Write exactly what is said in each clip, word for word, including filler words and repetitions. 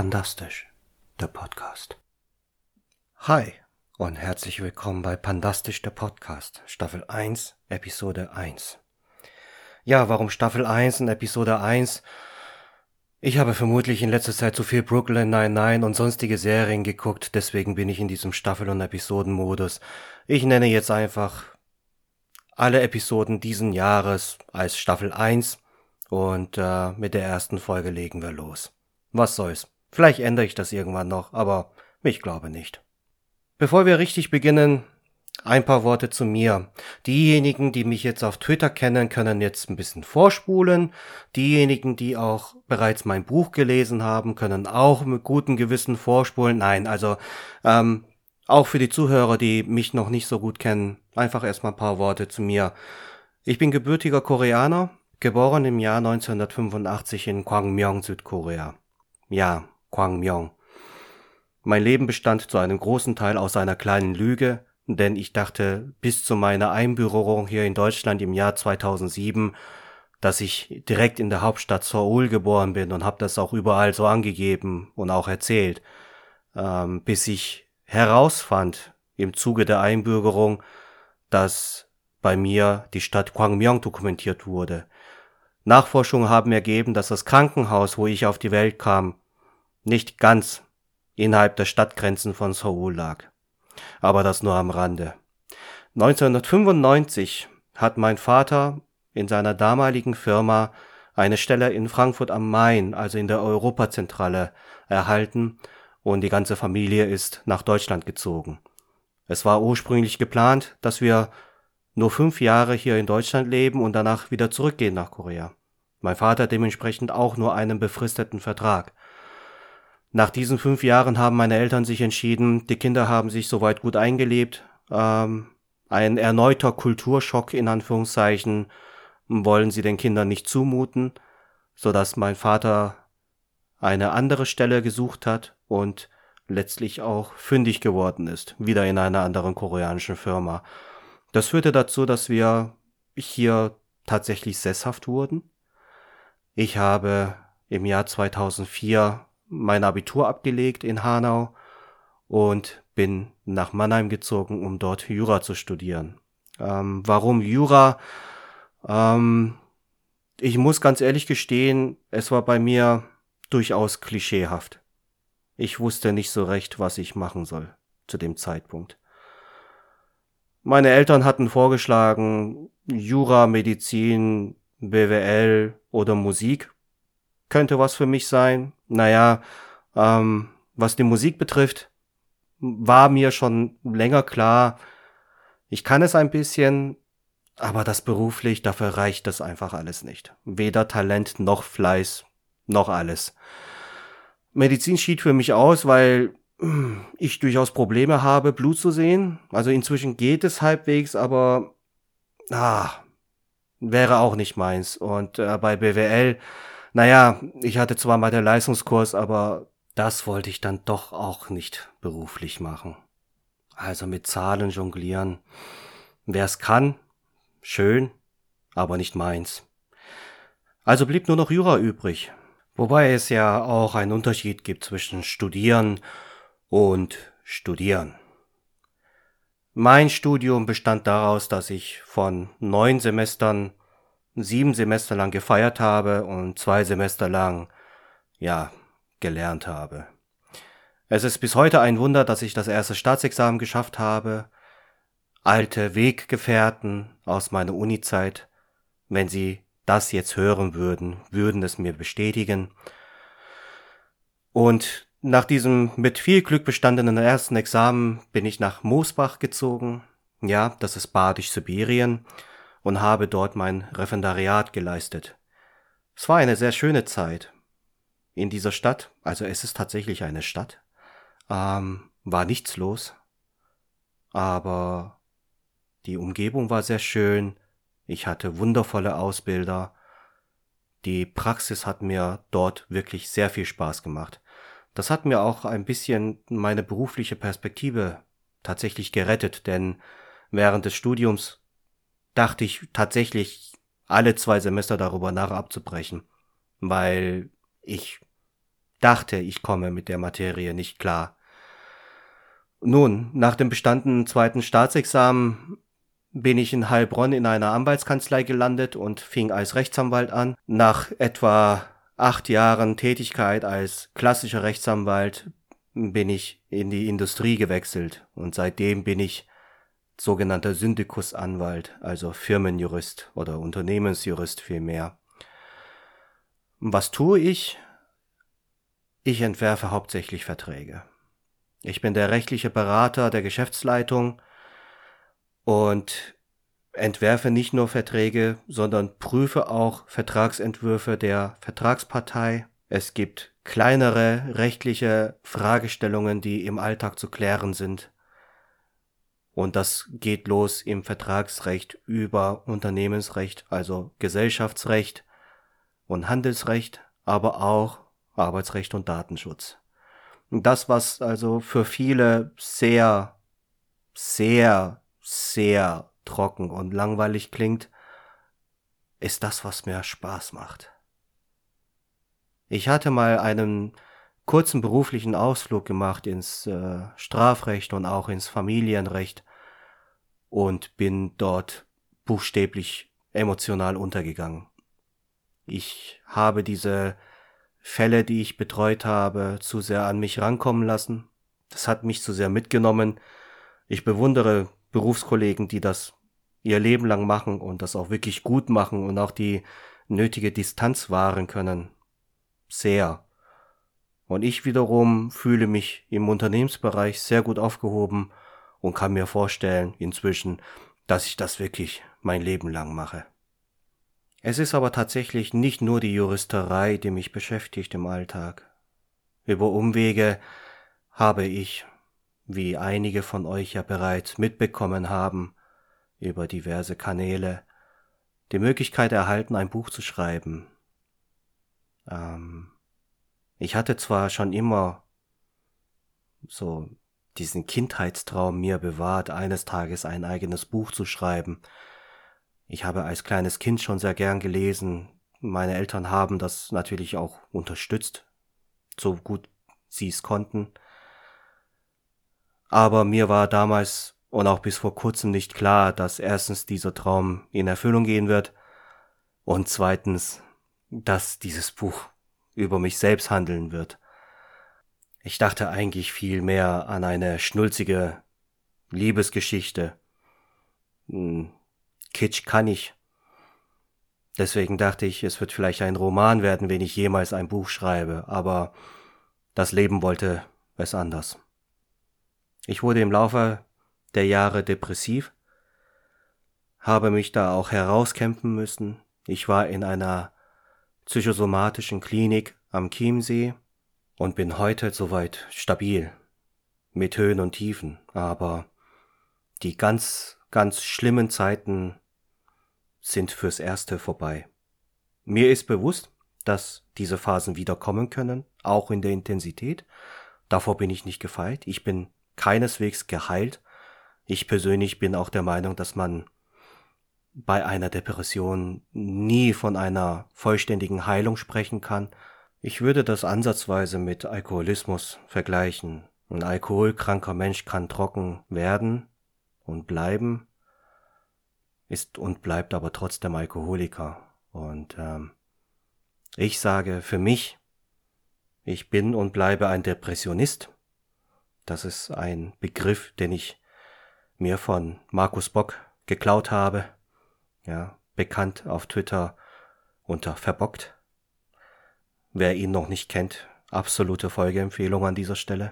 Pandastisch, der Podcast. Hi und herzlich willkommen bei Pandastisch, der Podcast, Staffel eins, Episode eins. Ja, warum Staffel eins und Episode eins? Ich habe vermutlich in letzter Zeit zu viel Brooklyn Nine-Nine und sonstige Serien geguckt, deswegen bin ich in diesem Staffel- und Episodenmodus. Ich nenne jetzt einfach alle Episoden diesen Jahres als Staffel eins und äh, mit der ersten Folge legen wir los. Was soll's? Vielleicht ändere ich das irgendwann noch, aber ich glaube nicht. Bevor wir richtig beginnen, ein paar Worte zu mir. Diejenigen, die mich jetzt auf Twitter kennen, können jetzt ein bisschen vorspulen. Diejenigen, die auch bereits mein Buch gelesen haben, können auch mit gutem Gewissen vorspulen. Nein, also ähm, auch für die Zuhörer, die mich noch nicht so gut kennen, einfach erstmal ein paar Worte zu mir. Ich bin gebürtiger Koreaner, geboren im Jahr neunzehnhundertfünfundachtzig in Gwangmyeong, Südkorea. Ja, Gwangmyeong. Mein Leben bestand zu einem großen Teil aus einer kleinen Lüge, denn ich dachte bis zu meiner Einbürgerung hier in Deutschland im Jahr zweitausendsieben, dass ich direkt in der Hauptstadt Seoul geboren bin und habe das auch überall so angegeben und auch erzählt, ähm, bis ich herausfand im Zuge der Einbürgerung, dass bei mir die Stadt Gwangmyeong dokumentiert wurde. Nachforschungen haben ergeben, dass das Krankenhaus, wo ich auf die Welt kam, nicht ganz innerhalb der Stadtgrenzen von Seoul lag. Aber das nur am Rande. neunzehnhundertfünfundneunzig hat mein Vater in seiner damaligen Firma eine Stelle in Frankfurt am Main, also in der Europazentrale, erhalten und die ganze Familie ist nach Deutschland gezogen. Es war ursprünglich geplant, dass wir nur fünf Jahre hier in Deutschland leben und danach wieder zurückgehen nach Korea. Mein Vater dementsprechend auch nur einen befristeten Vertrag. Nach diesen fünf Jahren haben meine Eltern sich entschieden, die Kinder haben sich soweit gut eingelebt. Ähm, ein erneuter Kulturschock in Anführungszeichen wollen sie den Kindern nicht zumuten, sodass mein Vater eine andere Stelle gesucht hat und letztlich auch fündig geworden ist, wieder in einer anderen koreanischen Firma. Das führte dazu, dass wir hier tatsächlich sesshaft wurden. Ich habe im Jahr zweitausendvier mein Abitur abgelegt in Hanau und bin nach Mannheim gezogen, um dort Jura zu studieren. Ähm, warum Jura? Ähm, ich muss ganz ehrlich gestehen, es war bei mir durchaus klischeehaft. Ich wusste nicht so recht, was ich machen soll zu dem Zeitpunkt. Meine Eltern hatten vorgeschlagen, Jura, Medizin, B W L oder Musik könnte was für mich sein. Naja, ähm, was die Musik betrifft, war mir schon länger klar, ich kann es ein bisschen, aber das beruflich, dafür reicht das einfach alles nicht. Weder Talent noch Fleiß, noch alles. Medizin schied für mich aus, weil ich durchaus Probleme habe, Blut zu sehen. Also inzwischen geht es halbwegs, aber ah, wäre auch nicht meins. Und äh, bei B W L, naja, ich hatte zwar mal den Leistungskurs, aber das wollte ich dann doch auch nicht beruflich machen. Also mit Zahlen jonglieren. Wer es kann, schön, aber nicht meins. Also blieb nur noch Jura übrig. Wobei es ja auch einen Unterschied gibt zwischen Studieren und Studieren. Mein Studium bestand daraus, dass ich von neun Semestern sieben Semester lang gefeiert habe und zwei Semester lang, ja, gelernt habe. Es ist bis heute ein Wunder, dass ich das erste Staatsexamen geschafft habe. Alte Weggefährten aus meiner Uni-Zeit, wenn sie das jetzt hören würden, würden es mir bestätigen. Und nach diesem mit viel Glück bestandenen ersten Examen bin ich nach Mosbach gezogen. Ja, das ist Badisch-Sibirien. Und habe dort mein Referendariat geleistet. Es war eine sehr schöne Zeit. In dieser Stadt, also es ist tatsächlich eine Stadt, ähm, war nichts los. Aber die Umgebung war sehr schön. Ich hatte wundervolle Ausbilder. Die Praxis hat mir dort wirklich sehr viel Spaß gemacht. Das hat mir auch ein bisschen meine berufliche Perspektive tatsächlich gerettet, denn während des Studiums dachte ich tatsächlich alle zwei Semester darüber nach abzubrechen, weil ich dachte, ich komme mit der Materie nicht klar. Nun, nach dem bestandenen zweiten Staatsexamen bin ich in Heilbronn in einer Anwaltskanzlei gelandet und fing als Rechtsanwalt an. Nach etwa acht Jahren Tätigkeit als klassischer Rechtsanwalt bin ich in die Industrie gewechselt und seitdem bin ich sogenannter Syndikusanwalt, also Firmenjurist oder Unternehmensjurist vielmehr. Was tue ich? Ich entwerfe hauptsächlich Verträge. Ich bin der rechtliche Berater der Geschäftsleitung und entwerfe nicht nur Verträge, sondern prüfe auch Vertragsentwürfe der Vertragspartei. Es gibt kleinere rechtliche Fragestellungen, die im Alltag zu klären sind. Und das geht los im Vertragsrecht über Unternehmensrecht, also Gesellschaftsrecht und Handelsrecht, aber auch Arbeitsrecht und Datenschutz. Das, was also für viele sehr, sehr, sehr trocken und langweilig klingt, ist das, was mir Spaß macht. Ich hatte mal einen kurzen beruflichen Ausflug gemacht ins äh, Strafrecht und auch ins Familienrecht und bin dort buchstäblich emotional untergegangen. Ich habe diese Fälle, die ich betreut habe, zu sehr an mich rankommen lassen. Das hat mich zu sehr mitgenommen. Ich bewundere Berufskollegen, die das ihr Leben lang machen und das auch wirklich gut machen und auch die nötige Distanz wahren können. Sehr. Und ich wiederum fühle mich im Unternehmensbereich sehr gut aufgehoben und kann mir vorstellen inzwischen, dass ich das wirklich mein Leben lang mache. Es ist aber tatsächlich nicht nur die Juristerei, die mich beschäftigt im Alltag. Über Umwege habe ich, wie einige von euch ja bereits mitbekommen haben, über diverse Kanäle, die Möglichkeit erhalten, ein Buch zu schreiben. Ähm, ich hatte zwar schon immer so diesen Kindheitstraum mir bewahrt, eines Tages ein eigenes Buch zu schreiben. Ich habe als kleines Kind schon sehr gern gelesen. Meine Eltern haben das natürlich auch unterstützt, so gut sie es konnten. Aber mir war damals und auch bis vor kurzem nicht klar, dass erstens dieser Traum in Erfüllung gehen wird und zweitens, dass dieses Buch über mich selbst handeln wird. Ich dachte eigentlich viel mehr an eine schnulzige Liebesgeschichte. Hm, Kitsch kann ich. Deswegen dachte ich, es wird vielleicht ein Roman werden, wenn ich jemals ein Buch schreibe, aber das Leben wollte es anders. Ich wurde im Laufe der Jahre depressiv, habe mich da auch herauskämpfen müssen. Ich war in einer psychosomatischen Klinik am Chiemsee und bin heute soweit stabil, mit Höhen und Tiefen, aber die ganz, ganz schlimmen Zeiten sind fürs Erste vorbei. Mir ist bewusst, dass diese Phasen wieder kommen können, auch in der Intensität. Davor bin ich nicht gefeit. Ich bin keineswegs geheilt. Ich persönlich bin auch der Meinung, dass man bei einer Depression nie von einer vollständigen Heilung sprechen kann. Ich würde das ansatzweise mit Alkoholismus vergleichen. Ein alkoholkranker Mensch kann trocken werden und bleiben, ist und bleibt aber trotzdem Alkoholiker. Und ähm, ich sage für mich, ich bin und bleibe ein Depressionist. Das ist ein Begriff, den ich mir von Markus Bock geklaut habe, ja, bekannt auf Twitter unter Verbockt. Wer ihn noch nicht kennt, absolute Folgeempfehlung an dieser Stelle.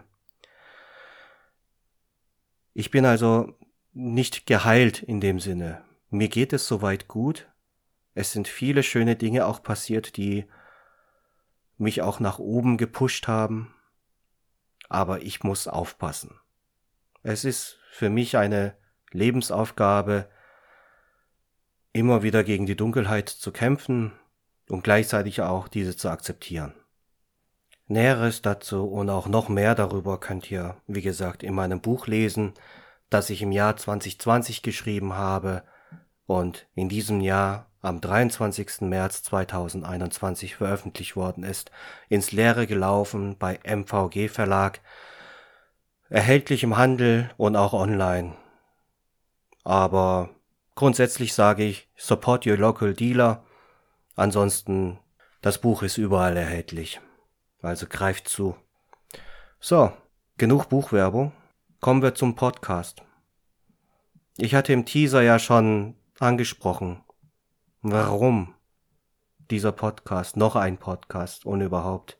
Ich bin also nicht geheilt in dem Sinne. Mir geht es soweit gut. Es sind viele schöne Dinge auch passiert, die mich auch nach oben gepusht haben. Aber ich muss aufpassen. Es ist für mich eine Lebensaufgabe, immer wieder gegen die Dunkelheit zu kämpfen und gleichzeitig auch diese zu akzeptieren. Näheres dazu und auch noch mehr darüber könnt ihr, wie gesagt, in meinem Buch lesen, das ich im Jahr zwanzig zwanzig geschrieben habe und in diesem Jahr am dreiundzwanzigsten März zweitausendeinundzwanzig veröffentlicht worden ist, ins Leere gelaufen bei M V G Verlag, erhältlich im Handel und auch online. Aber grundsätzlich sage ich, support your local dealer, ansonsten das Buch ist überall erhältlich, also greift zu. So, genug Buchwerbung, kommen wir zum Podcast. Ich hatte im Teaser ja schon angesprochen, warum dieser Podcast, noch ein Podcast und überhaupt.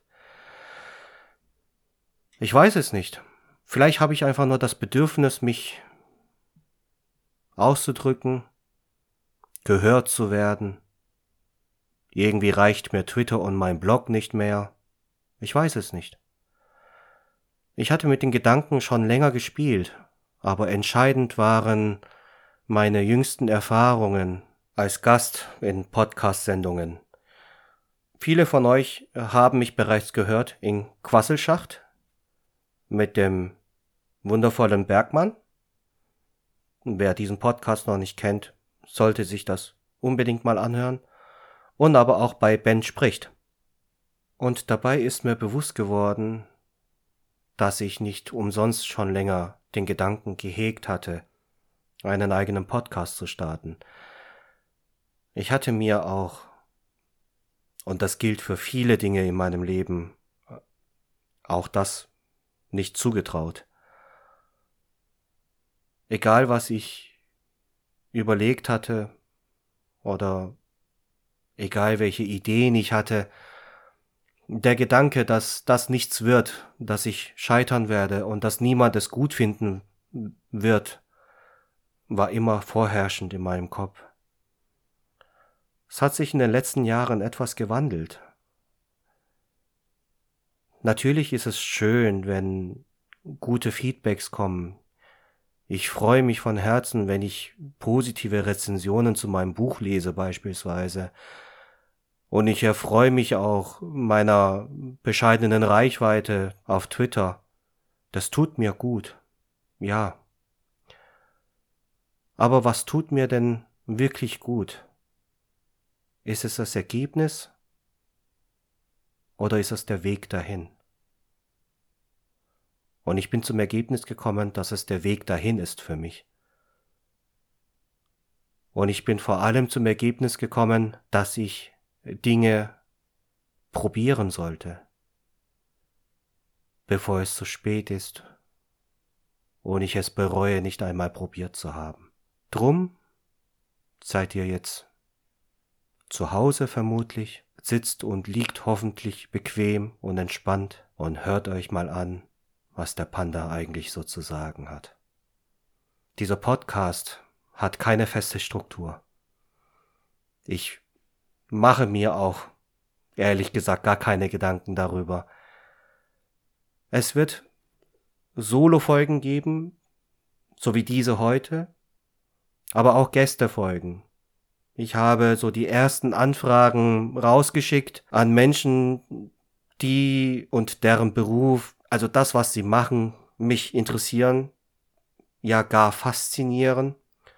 Ich weiß es nicht. Vielleicht habe ich einfach nur das Bedürfnis, mich auszudrücken, gehört zu werden. Irgendwie reicht mir Twitter und mein Blog nicht mehr. Ich weiß es nicht. Ich hatte mit den Gedanken schon länger gespielt, aber entscheidend waren meine jüngsten Erfahrungen als Gast in Podcast-Sendungen. Viele von euch haben mich bereits gehört in Quasselschacht mit dem wundervollen Bergmann. Wer diesen Podcast noch nicht kennt, sollte sich das unbedingt mal anhören. Und aber auch bei Ben spricht. Und dabei ist mir bewusst geworden, dass ich nicht umsonst schon länger den Gedanken gehegt hatte, einen eigenen Podcast zu starten. Ich hatte mir auch, und das gilt für viele Dinge in meinem Leben, auch das nicht zugetraut. Egal was ich überlegt hatte oder egal welche Ideen ich hatte, der Gedanke, dass das nichts wird, dass ich scheitern werde und dass niemand es gut finden wird, war immer vorherrschend in meinem Kopf. Es hat sich in den letzten Jahren etwas gewandelt. Natürlich ist es schön, wenn gute Feedbacks kommen. Ich freue mich von Herzen, wenn ich positive Rezensionen zu meinem Buch lese beispielsweise. Und ich erfreue mich auch meiner bescheidenen Reichweite auf Twitter. Das tut mir gut. Ja. Aber was tut mir denn wirklich gut? Ist es das Ergebnis oder ist es der Weg dahin? Und ich bin zum Ergebnis gekommen, dass es der Weg dahin ist für mich. Und ich bin vor allem zum Ergebnis gekommen, dass ich Dinge probieren sollte, bevor es zu spät ist und ich es bereue, nicht einmal probiert zu haben. Drum seid ihr jetzt zu Hause vermutlich, sitzt und liegt hoffentlich bequem und entspannt und hört euch mal an, was der Panda eigentlich so zu sagen hat. Dieser Podcast hat keine feste Struktur. Ich mache mir auch, ehrlich gesagt, gar keine Gedanken darüber. Es wird Solo-Folgen geben, so wie diese heute, aber auch Gästefolgen. Ich habe so die ersten Anfragen rausgeschickt an Menschen, die und deren Beruf, also das, was sie machen, mich interessieren, ja gar faszinieren,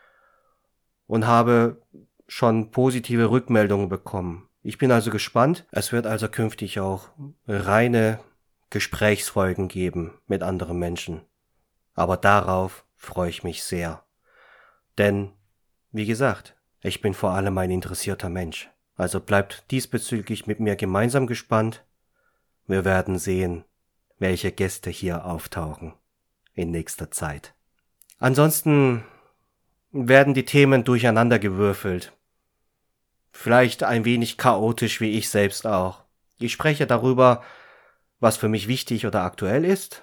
und habe schon positive Rückmeldungen bekommen. Ich bin also gespannt. Es wird also künftig auch reine Gesprächsfolgen geben mit anderen Menschen. Aber darauf freue ich mich sehr. Denn, wie gesagt, ich bin vor allem ein interessierter Mensch. Also bleibt diesbezüglich mit mir gemeinsam gespannt. Wir werden sehen, welche Gäste hier auftauchen in nächster Zeit. Ansonsten werden die Themen durcheinandergewürfelt. Vielleicht ein wenig chaotisch, wie ich selbst auch. Ich spreche darüber, was für mich wichtig oder aktuell ist.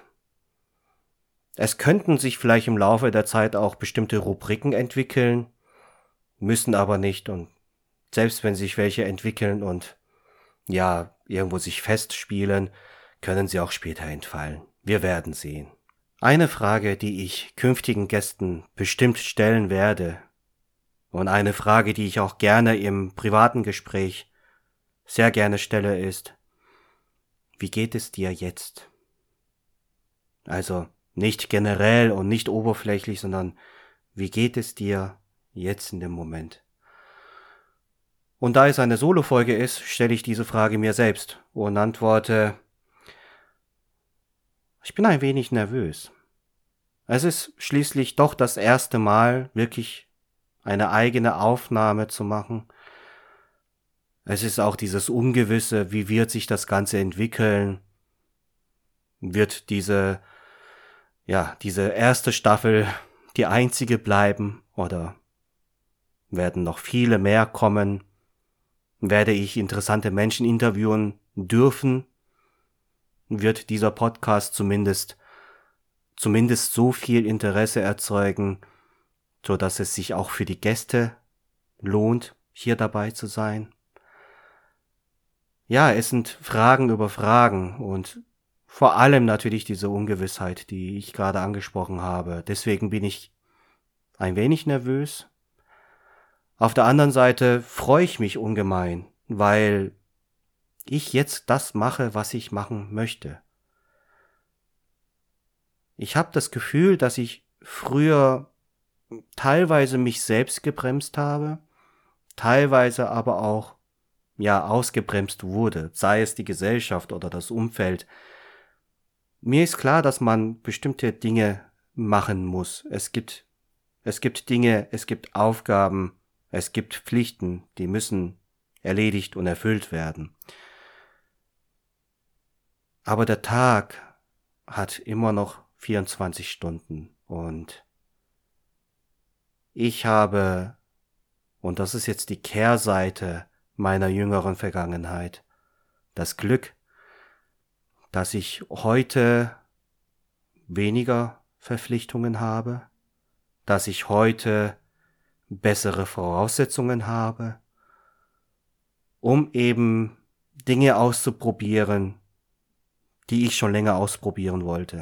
Es könnten sich vielleicht im Laufe der Zeit auch bestimmte Rubriken entwickeln, müssen aber nicht, und selbst wenn sich welche entwickeln und ja, irgendwo sich festspielen, können sie auch später entfallen. Wir werden sehen. Eine Frage, die ich künftigen Gästen bestimmt stellen werde, und eine Frage, die ich auch gerne im privaten Gespräch sehr gerne stelle, ist: Wie geht es dir jetzt? Also nicht generell und nicht oberflächlich, sondern wie geht es dir jetzt in dem Moment? Und da es eine Solo-Folge ist, stelle ich diese Frage mir selbst und antworte: Ich bin ein wenig nervös. Es ist schließlich doch das erste Mal, wirklich eine eigene Aufnahme zu machen. Es ist auch dieses Ungewisse, wie wird sich das Ganze entwickeln? Wird diese, ja, diese erste Staffel die einzige bleiben oder werden noch viele mehr kommen? Werde ich interessante Menschen interviewen dürfen? Wird dieser Podcast zumindest zumindest so viel Interesse erzeugen, so dass es sich auch für die Gäste lohnt, hier dabei zu sein? Ja, es sind Fragen über Fragen und vor allem natürlich diese Ungewissheit, die ich gerade angesprochen habe. Deswegen bin ich ein wenig nervös. Auf der anderen Seite freue ich mich ungemein, weil ich jetzt das mache, was ich machen möchte. Ich habe das Gefühl, dass ich früher teilweise mich selbst gebremst habe, teilweise aber auch ja ausgebremst wurde, sei es die Gesellschaft oder das Umfeld. Mir ist klar, dass man bestimmte Dinge machen muss. Es gibt es gibt Dinge, es gibt Aufgaben, es gibt Pflichten, die müssen erledigt und erfüllt werden. Aber der Tag hat immer noch vierundzwanzig Stunden und ich habe, und das ist jetzt die Kehrseite meiner jüngeren Vergangenheit, das Glück, dass ich heute weniger Verpflichtungen habe, dass ich heute bessere Voraussetzungen habe, um eben Dinge auszuprobieren, die ich schon länger ausprobieren wollte.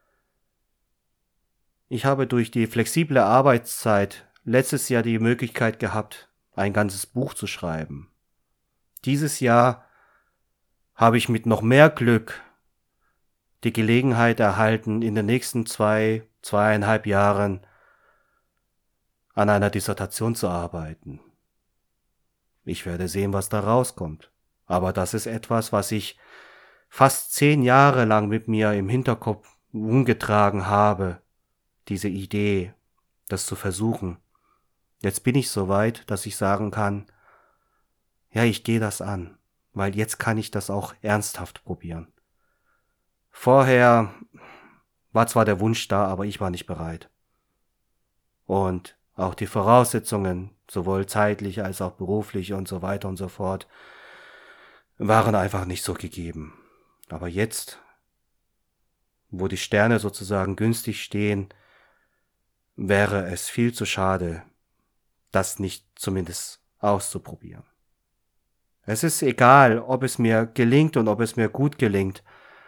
Ich habe durch die flexible Arbeitszeit letztes Jahr die Möglichkeit gehabt, ein ganzes Buch zu schreiben. Dieses Jahr habe ich mit noch mehr Glück die Gelegenheit erhalten, in den nächsten zwei, zweieinhalb Jahren an einer Dissertation zu arbeiten. Ich werde sehen, was da rauskommt. Aber das ist etwas, was ich fast zehn Jahre lang mit mir im Hinterkopf umgetragen habe, diese Idee, das zu versuchen. Jetzt bin ich so weit, dass ich sagen kann, ja, ich gehe das an, weil jetzt kann ich das auch ernsthaft probieren. Vorher war zwar der Wunsch da, aber ich war nicht bereit. Und auch die Voraussetzungen, sowohl zeitlich als auch beruflich und so weiter und so fort, waren einfach nicht so gegeben. Aber jetzt, wo die Sterne sozusagen günstig stehen, wäre es viel zu schade, das nicht zumindest auszuprobieren. Es ist egal, ob es mir gelingt und ob es mir gut gelingt,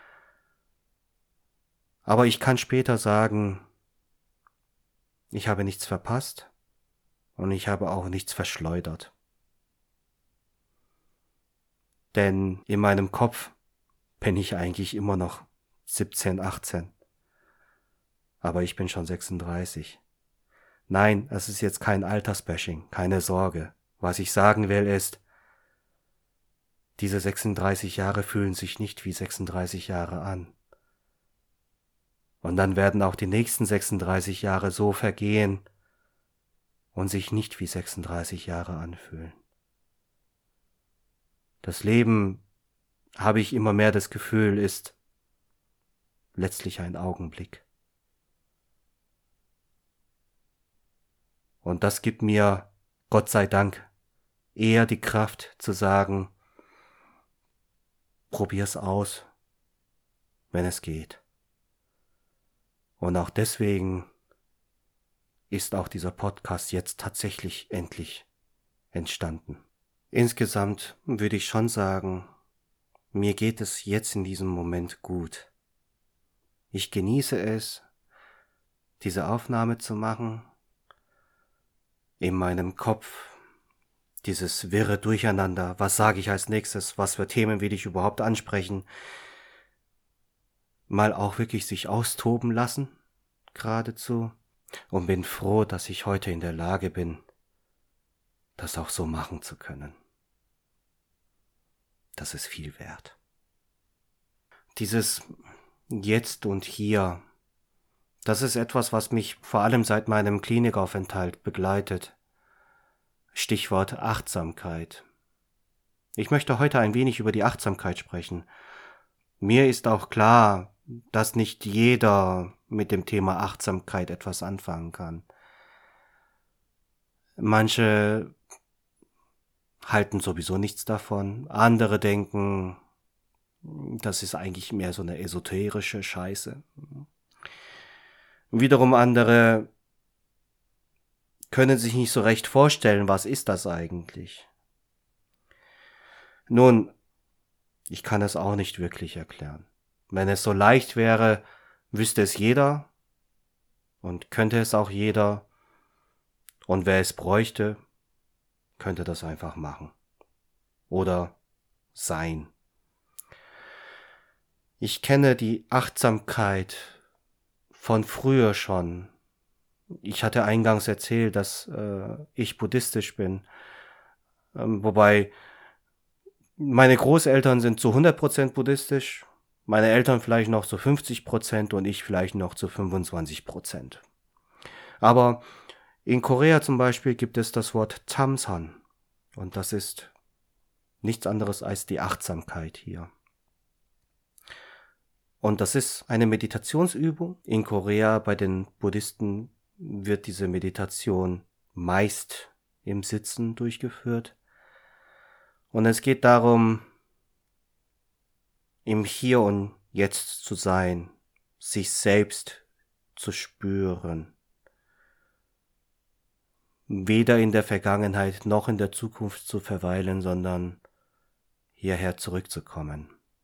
aber ich kann später sagen, ich habe nichts verpasst und ich habe auch nichts verschleudert. Denn in meinem Kopf bin ich eigentlich immer noch siebzehn, achtzehn. Aber ich bin schon sechsunddreißig. Nein, es ist jetzt kein Altersbashing, keine Sorge. Was ich sagen will ist, diese sechsunddreißig Jahre fühlen sich nicht wie sechsunddreißig Jahre an. Und dann werden auch die nächsten sechsunddreißig Jahre so vergehen und sich nicht wie sechsunddreißig Jahre anfühlen. Das Leben, habe ich immer mehr das Gefühl, ist letztlich ein Augenblick. Und das gibt mir, Gott sei Dank, eher die Kraft zu sagen, probier's aus, wenn es geht. Und auch deswegen ist auch dieser Podcast jetzt tatsächlich endlich entstanden. Insgesamt würde ich schon sagen, mir geht es jetzt in diesem Moment gut. Ich genieße es, diese Aufnahme zu machen, in meinem Kopf dieses wirre Durcheinander, was sage ich als nächstes, was für Themen will ich überhaupt ansprechen, mal auch wirklich sich austoben lassen, geradezu, und bin froh, dass ich heute in der Lage bin, das auch so machen zu können. das ist viel wert. Dieses Jetzt und Hier, das ist etwas, was mich vor allem seit meinem Klinikaufenthalt begleitet. Stichwort Achtsamkeit. Ich möchte heute ein wenig über die Achtsamkeit sprechen. Mir ist auch klar, dass nicht jeder mit dem Thema Achtsamkeit etwas anfangen kann. Manche halten sowieso nichts davon, andere denken, das ist eigentlich mehr so eine esoterische Scheiße. Wiederum andere können sich nicht so recht vorstellen, was ist das eigentlich? Nun, ich kann es auch nicht wirklich erklären. Wenn es so leicht wäre, wüsste es jeder und könnte es auch jeder. Und wer es bräuchte, könnte das einfach machen. Oder sein. Ich kenne die Achtsamkeit von früher schon. Ich hatte eingangs erzählt, dass äh, ich buddhistisch bin. Ähm, wobei meine Großeltern sind zu hundert Prozent buddhistisch, meine Eltern vielleicht noch zu fünfzig Prozent und ich vielleicht noch zu fünfundzwanzig Prozent. Aber in Korea zum Beispiel gibt es das Wort Thamsan und das ist nichts anderes als die Achtsamkeit hier. Und das ist eine Meditationsübung. In Korea bei den Buddhisten wird diese Meditation meist im Sitzen durchgeführt. Und es geht darum, im Hier und Jetzt zu sein, sich selbst zu spüren. Weder in der Vergangenheit noch in der Zukunft zu verweilen, sondern hierher zurückzukommen.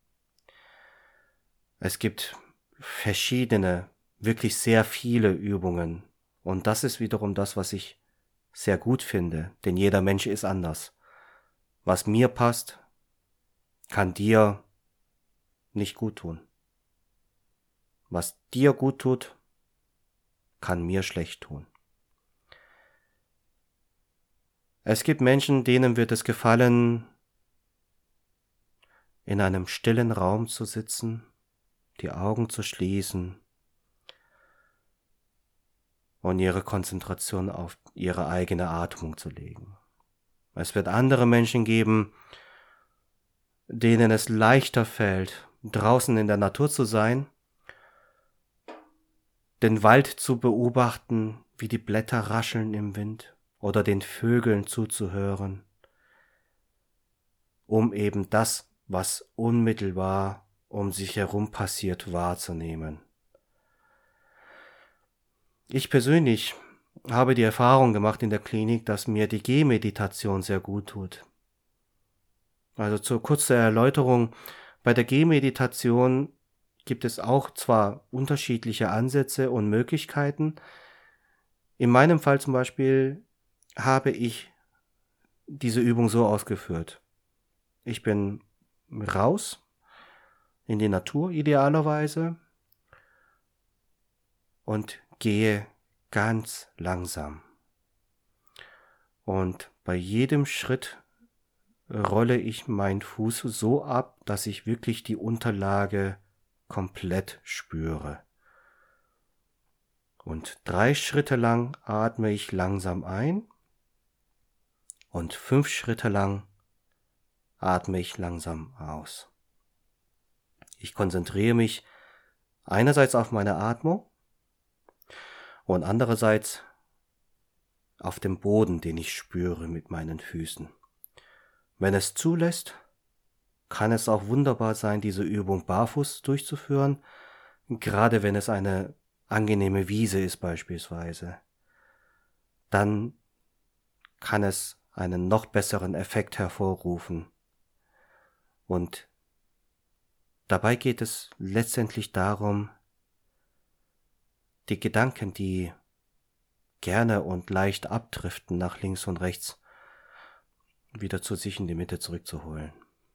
Es gibt verschiedene, wirklich sehr viele Übungen. Und das ist wiederum das, was ich sehr gut finde, denn jeder Mensch ist anders. Was mir passt, kann dir nicht gut tun. Was dir gut tut, kann mir schlecht tun. Es gibt Menschen, denen wird es gefallen, in einem stillen Raum zu sitzen, die Augen zu schließen und ihre Konzentration auf ihre eigene Atmung zu legen. Es wird andere Menschen geben, denen es leichter fällt, draußen in der Natur zu sein, den Wald zu beobachten, wie die Blätter rascheln im Wind oder den Vögeln zuzuhören, um eben das, was unmittelbar um sich herum passiert, wahrzunehmen. Ich persönlich habe die Erfahrung gemacht in der Klinik, dass mir die Gehmeditation sehr gut tut. Also zur kurzen Erläuterung, bei der Gehmeditation gibt es auch zwar unterschiedliche Ansätze und Möglichkeiten. In meinem Fall zum Beispiel habe ich diese Übung so ausgeführt. Ich bin raus in die Natur idealerweise und gehe ganz langsam. Und bei jedem Schritt rolle ich meinen Fuß so ab, dass ich wirklich die Unterlage komplett spüre. Und drei Schritte lang atme ich langsam ein und fünf Schritte lang atme ich langsam aus. Ich konzentriere mich einerseits auf meine Atmung und andererseits auf den Boden, den ich spüre mit meinen Füßen. Wenn es zulässt, kann es auch wunderbar sein, diese Übung barfuß durchzuführen, gerade wenn es eine angenehme Wiese ist beispielsweise. Dann kann es einen noch besseren Effekt hervorrufen. Und dabei geht es letztendlich darum, die Gedanken, die gerne und leicht abdriften nach links und rechts, wieder zu sich in die Mitte zurückzuholen.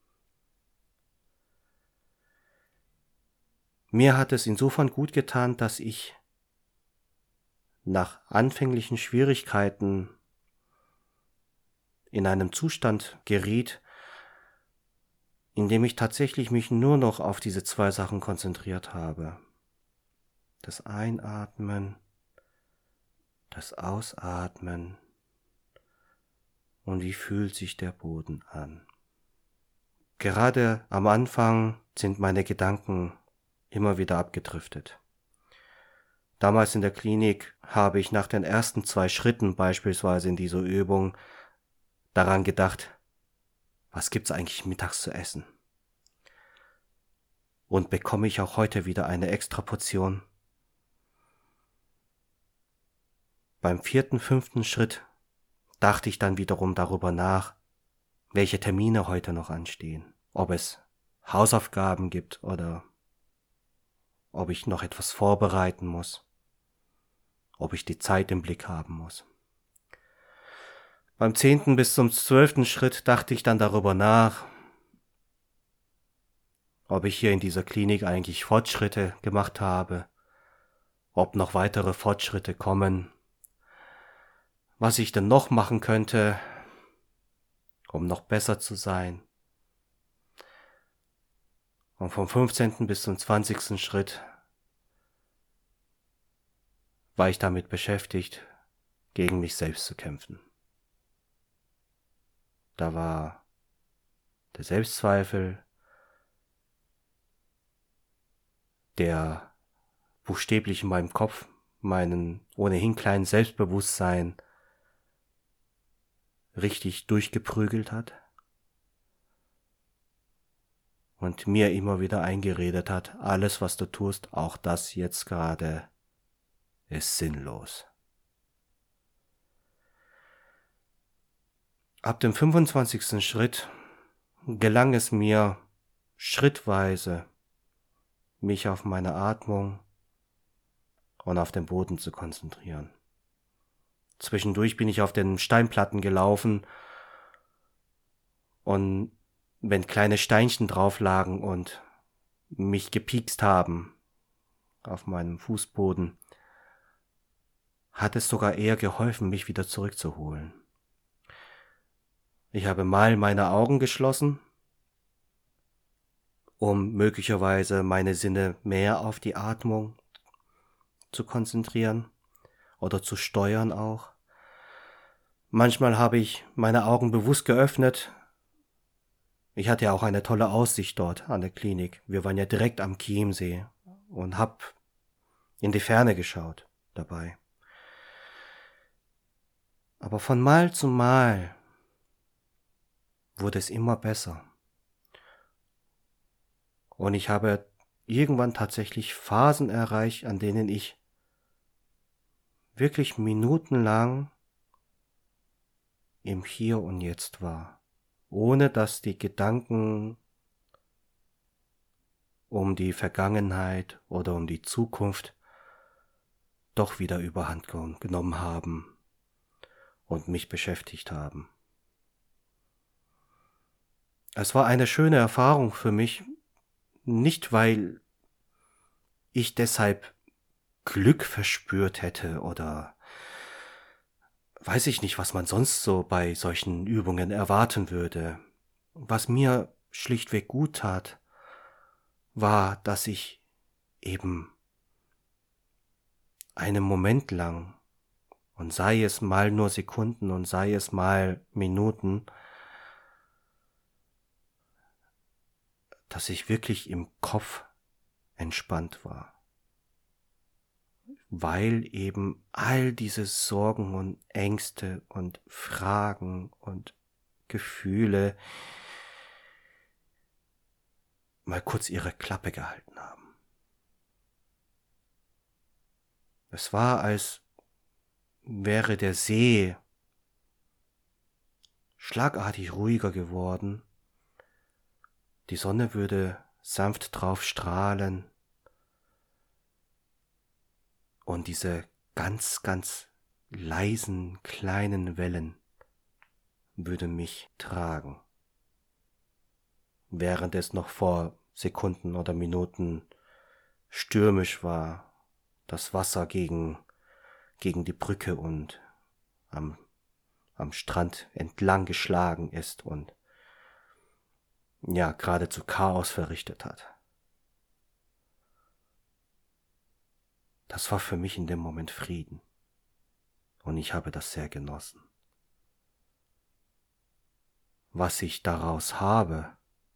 Mir hat es insofern gut getan, dass ich nach anfänglichen Schwierigkeiten in einem Zustand geriet, indem ich tatsächlich mich nur noch auf diese zwei Sachen konzentriert habe. Das Einatmen, das Ausatmen und wie fühlt sich der Boden an. Gerade am Anfang sind meine Gedanken immer wieder abgedriftet. Damals in der Klinik habe ich nach den ersten zwei Schritten beispielsweise in dieser Übung daran gedacht, was gibt's eigentlich mittags zu essen? Und bekomme ich auch heute wieder eine extra Portion? Beim vierten, fünften Schritt dachte ich dann wiederum darüber nach, welche Termine heute noch anstehen, ob es Hausaufgaben gibt oder ob ich noch etwas vorbereiten muss, ob ich die Zeit im Blick haben muss. Beim zehnten bis zum zwölften Schritt dachte ich dann darüber nach, ob ich hier in dieser Klinik eigentlich Fortschritte gemacht habe, ob noch weitere Fortschritte kommen, was ich denn noch machen könnte, um noch besser zu sein. Und vom fünfzehnten bis zum zwanzigsten Schritt war ich damit beschäftigt, gegen mich selbst zu kämpfen. Da war der Selbstzweifel, der buchstäblich in meinem Kopf meinen ohnehin kleinen Selbstbewusstsein richtig durchgeprügelt hat und mir immer wieder eingeredet hat, alles was du tust, auch das jetzt gerade, ist sinnlos. Ab dem fünfundzwanzigsten Schritt gelang es mir schrittweise, mich auf meine Atmung und auf den Boden zu konzentrieren. Zwischendurch bin ich auf den Steinplatten gelaufen und wenn kleine Steinchen drauf lagen und mich gepiekst haben auf meinem Fußboden, hat es sogar eher geholfen, mich wieder zurückzuholen. Ich habe mal meine Augen geschlossen, um möglicherweise meine Sinne mehr auf die Atmung zu konzentrieren oder zu steuern auch. Manchmal habe ich meine Augen bewusst geöffnet. Ich hatte ja auch eine tolle Aussicht dort an der Klinik. Wir waren ja direkt am Chiemsee und hab in die Ferne geschaut dabei. Aber von Mal zu Mal wurde es immer besser. Und ich habe irgendwann tatsächlich Phasen erreicht, an denen ich wirklich minutenlang im Hier und Jetzt war, ohne dass die Gedanken um die Vergangenheit oder um die Zukunft doch wieder überhand genommen haben und mich beschäftigt haben. Es war eine schöne Erfahrung für mich, nicht weil ich deshalb Glück verspürt hätte oder weiß ich nicht, was man sonst so bei solchen Übungen erwarten würde. Was mir schlichtweg gut tat, war, dass ich eben einen Moment lang, und sei es mal nur Sekunden und sei es mal Minuten, dass ich wirklich im Kopf entspannt war. Weil eben all diese Sorgen und Ängste und Fragen und Gefühle mal kurz ihre Klappe gehalten haben. Es war, als wäre der See schlagartig ruhiger geworden. Die Sonne würde sanft drauf strahlen. Und diese ganz, ganz leisen, kleinen Wellen würden mich tragen. Während es noch vor Sekunden oder Minuten stürmisch war, das Wasser gegen, gegen die Brücke und am, am Strand entlang geschlagen ist und ja, geradezu Chaos verrichtet hat. Das war für mich in dem Moment Frieden. Und ich habe das sehr genossen. Was ich daraus habe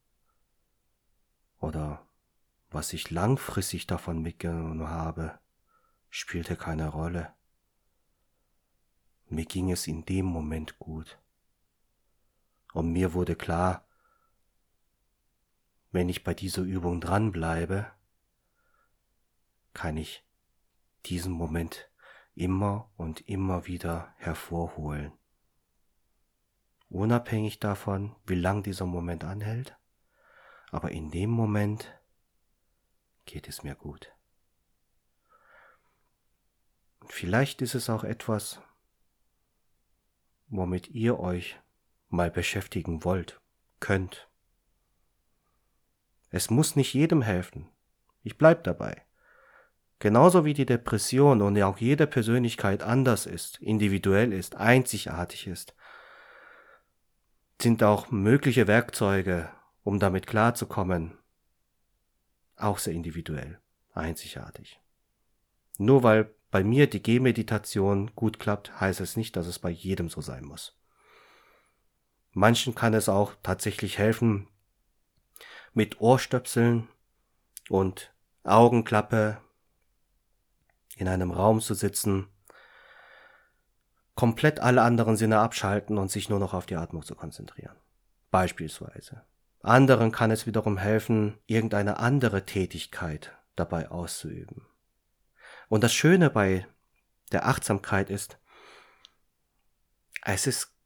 oder was ich langfristig davon mitgenommen habe, spielte keine Rolle. Mir ging es in dem Moment gut. Und mir wurde klar, wenn ich bei dieser Übung dranbleibe, kann ich diesen Moment immer und immer wieder hervorholen. Unabhängig davon, wie lang dieser Moment anhält, aber in dem Moment geht es mir gut. Vielleicht ist es auch etwas, womit ihr euch mal beschäftigen wollt, könnt. Es muss nicht jedem helfen. Ich bleib dabei. Genauso wie die Depression und auch jede Persönlichkeit anders ist, individuell ist, einzigartig ist, sind auch mögliche Werkzeuge, um damit klarzukommen, auch sehr individuell, einzigartig. Nur weil bei mir die Gehmeditation gut klappt, heißt es nicht, dass es bei jedem so sein muss. Manchen kann es auch tatsächlich helfen, mit Ohrstöpseln und Augenklappe in einem Raum zu sitzen, komplett alle anderen Sinne abschalten und sich nur noch auf die Atmung zu konzentrieren. Beispielsweise. Anderen kann es wiederum helfen, irgendeine andere Tätigkeit dabei auszuüben. Und das Schöne bei der Achtsamkeit ist, es ist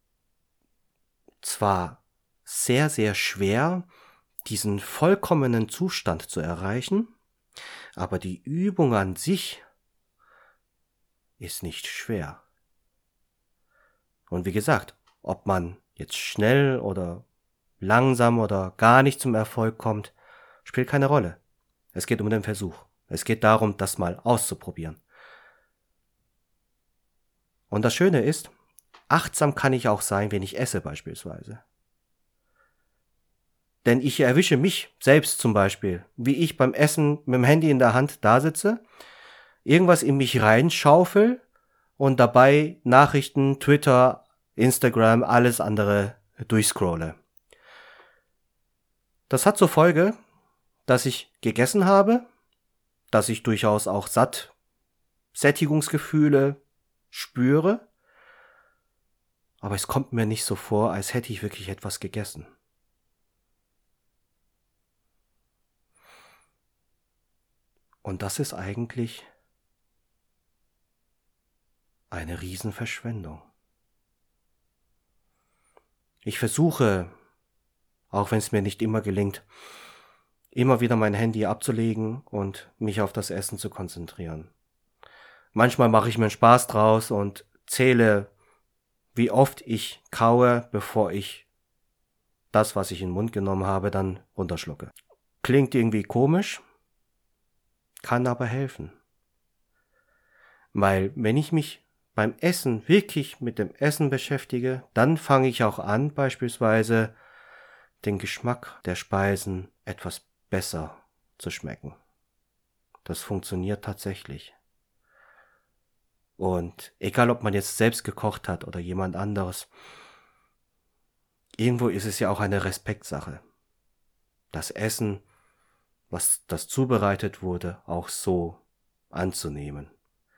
zwar sehr, sehr schwer, diesen vollkommenen Zustand zu erreichen, aber die Übung an sich ist nicht schwer. Und wie gesagt, ob man jetzt schnell oder langsam oder gar nicht zum Erfolg kommt, spielt keine Rolle. Es geht um den Versuch. Es geht darum, das mal auszuprobieren. Und das Schöne ist, achtsam kann ich auch sein, wenn ich esse beispielsweise. Denn ich erwische mich selbst zum Beispiel, wie ich beim Essen mit dem Handy in der Hand da sitze, irgendwas in mich reinschaufel und dabei Nachrichten, Twitter, Instagram, alles andere durchscrolle. Das hat zur Folge, dass ich gegessen habe, dass ich durchaus auch satt, Sättigungsgefühle spüre, aber es kommt mir nicht so vor, als hätte ich wirklich etwas gegessen. Und das ist eigentlich eine Riesenverschwendung. Ich versuche, auch wenn es mir nicht immer gelingt, immer wieder mein Handy abzulegen und mich auf das Essen zu konzentrieren. Manchmal mache ich mir einen Spaß draus und zähle, wie oft ich kaue, bevor ich das, was ich in den Mund genommen habe, dann runterschlucke. Klingt irgendwie komisch, kann aber helfen. Weil wenn ich mich beim Essen wirklich mit dem Essen beschäftige, dann fange ich auch an, beispielsweise den Geschmack der Speisen etwas besser zu schmecken. Das funktioniert tatsächlich. Und egal, ob man jetzt selbst gekocht hat oder jemand anderes, irgendwo ist es ja auch eine Respektsache. Das Essen, was das zubereitet wurde, auch so anzunehmen.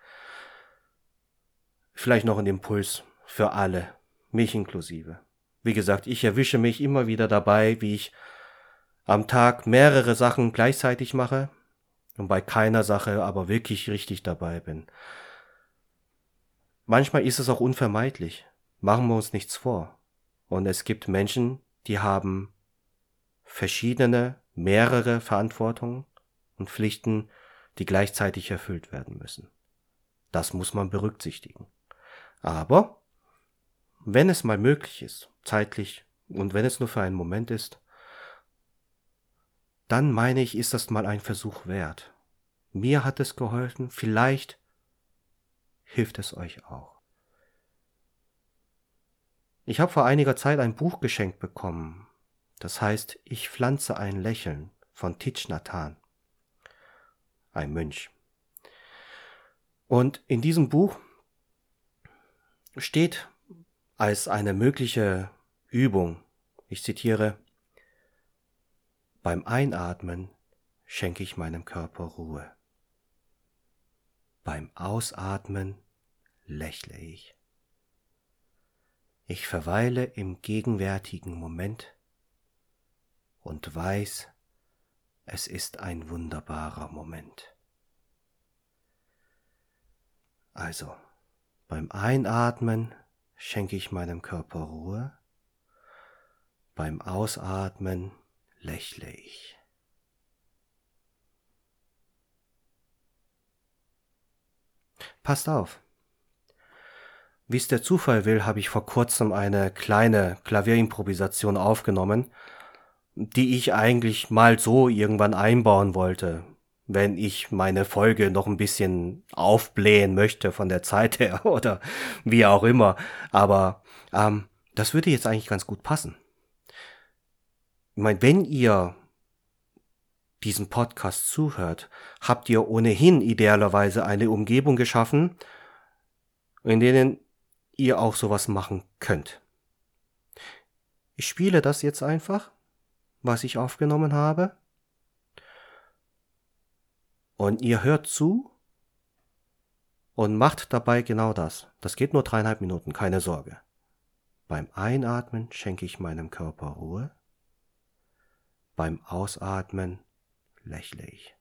Vielleicht noch ein Impuls für alle, mich inklusive. Wie gesagt, ich erwische mich immer wieder dabei, wie ich am Tag mehrere Sachen gleichzeitig mache und bei keiner Sache aber wirklich richtig dabei bin. Manchmal ist es auch unvermeidlich. Machen wir uns nichts vor. Und es gibt Menschen, die haben verschiedene, mehrere Verantwortungen und Pflichten, die gleichzeitig erfüllt werden müssen. Das muss man berücksichtigen. Aber wenn es mal möglich ist, zeitlich, und wenn es nur für einen Moment ist, dann meine ich, ist das mal ein Versuch wert. Mir hat es geholfen, vielleicht hilft es euch auch. Ich habe vor einiger Zeit ein Buch geschenkt bekommen. Das heißt, ich pflanze ein Lächeln von Thich Nhat Hanh, ein Mönch. Und in diesem Buch steht als eine mögliche Übung, ich zitiere, beim Einatmen schenke ich meinem Körper Ruhe. Beim Ausatmen lächle ich. Ich verweile im gegenwärtigen Moment und weiß, es ist ein wunderbarer Moment. Also, beim Einatmen schenke ich meinem Körper Ruhe, beim Ausatmen lächle ich. Passt auf! Wie es der Zufall will, habe ich vor kurzem eine kleine Klavierimprovisation aufgenommen, die ich eigentlich mal so irgendwann einbauen wollte, wenn ich meine Folge noch ein bisschen aufblähen möchte von der Zeit her oder wie auch immer. Aber ähm, das würde jetzt eigentlich ganz gut passen. Ich meine, wenn ihr diesen Podcast zuhört, habt ihr ohnehin idealerweise eine Umgebung geschaffen, in denen ihr auch sowas machen könnt. Ich spiele das jetzt einfach, was ich aufgenommen habe. Und ihr hört zu und macht dabei genau das. Das geht nur dreieinhalb Minuten, keine Sorge. Beim Einatmen schenke ich meinem Körper Ruhe. Beim Ausatmen lächle ich.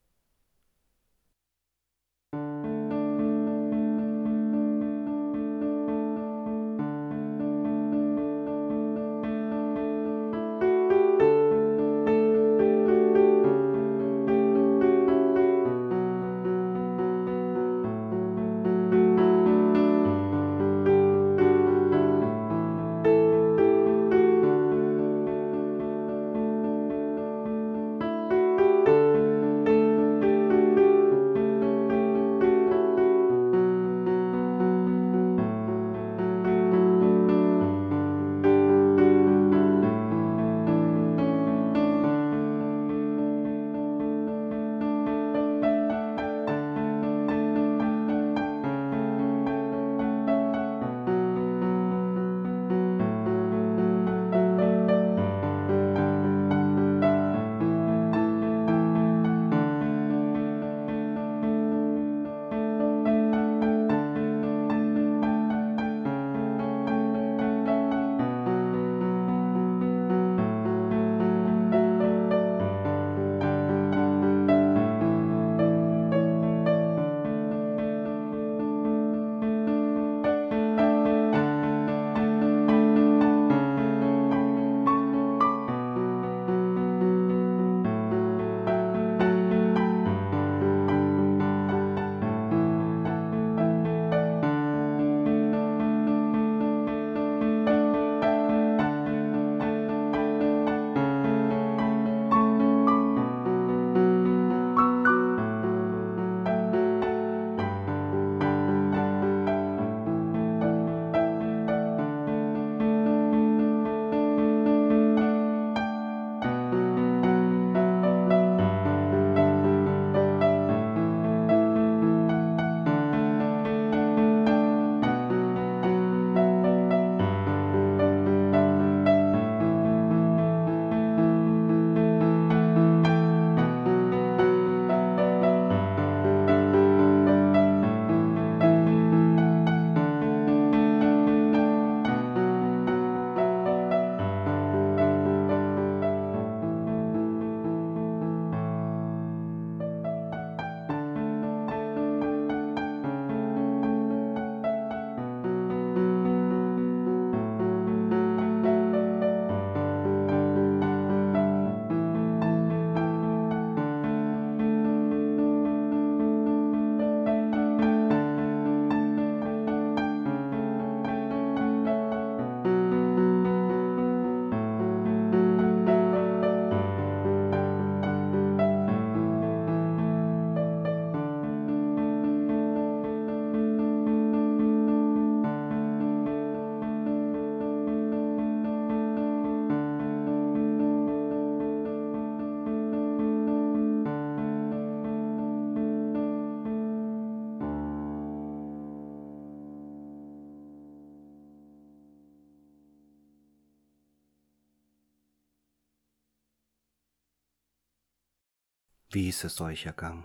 Wie ist es euch ergangen?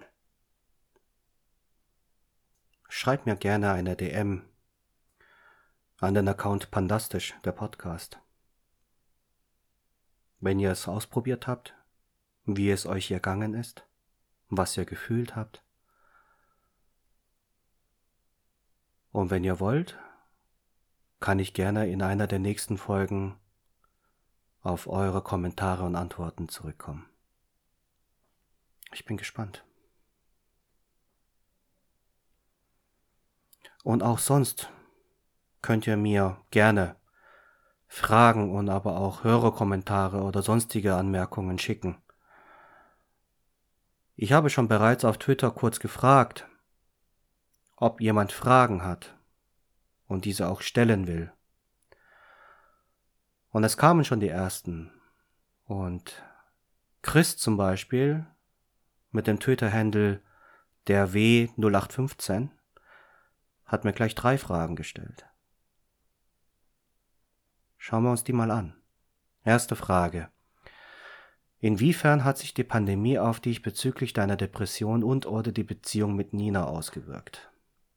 Schreibt mir gerne eine D M an den Account Pandastisch, der Podcast. Wenn ihr es ausprobiert habt, wie es euch ergangen ist, was ihr gefühlt habt. Und wenn ihr wollt, kann ich gerne in einer der nächsten Folgen auf eure Kommentare und Antworten zurückkommen. Ich bin gespannt. Und auch sonst könnt ihr mir gerne Fragen und aber auch Hörerkommentare oder sonstige Anmerkungen schicken. Ich habe schon bereits auf Twitter kurz gefragt, ob jemand Fragen hat und diese auch stellen will. Und es kamen schon die ersten. Und Chris zum Beispiel mit dem Twitter-Handle der W null acht fünfzehn hat mir gleich drei Fragen gestellt. Schauen wir uns die mal an. Erste Frage. Inwiefern hat sich die Pandemie auf dich bezüglich deiner Depression und oder die Beziehung mit Nina ausgewirkt?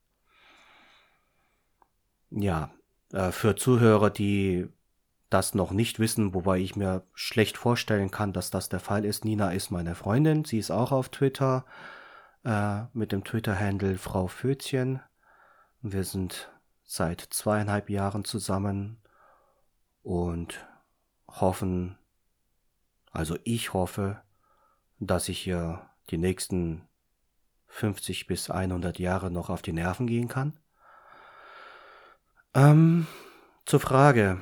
Ja, äh, für Zuhörer, die das noch nicht wissen, wobei ich mir schlecht vorstellen kann, dass das der Fall ist. Nina ist meine Freundin, sie ist auch auf Twitter äh, mit dem Twitter-Handle Frau Fötchen. Wir sind seit zweieinhalb Jahren zusammen und hoffen, also ich hoffe, dass ich ihr die nächsten fünfzig bis hundert Jahre noch auf die Nerven gehen kann. Ähm, zur Frage.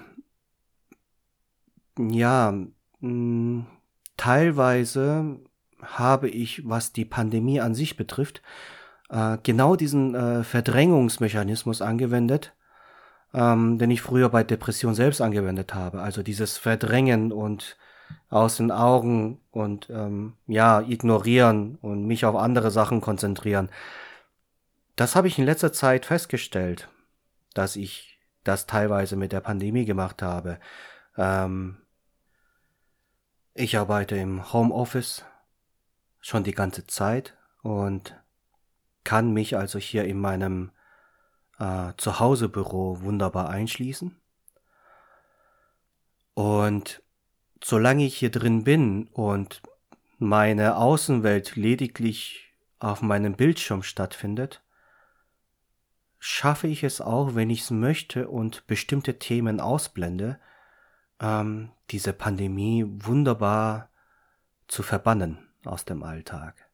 Ja, mh, teilweise habe ich, was die Pandemie an sich betrifft, äh, genau diesen äh, Verdrängungsmechanismus angewendet, ähm, den ich früher bei Depression selbst angewendet habe. Also dieses Verdrängen und aus den Augen und ähm, ja, ignorieren und mich auf andere Sachen konzentrieren. Das habe ich in letzter Zeit festgestellt, dass ich das teilweise mit der Pandemie gemacht habe. Ähm, ich arbeite im Homeoffice schon die ganze Zeit und kann mich also hier in meinem äh, Zuhausebüro wunderbar einschließen. Und solange ich hier drin bin und meine Außenwelt lediglich auf meinem Bildschirm stattfindet, schaffe ich es auch, wenn ich es möchte und bestimmte Themen ausblende, ähm, diese Pandemie wunderbar zu verbannen aus dem Alltag.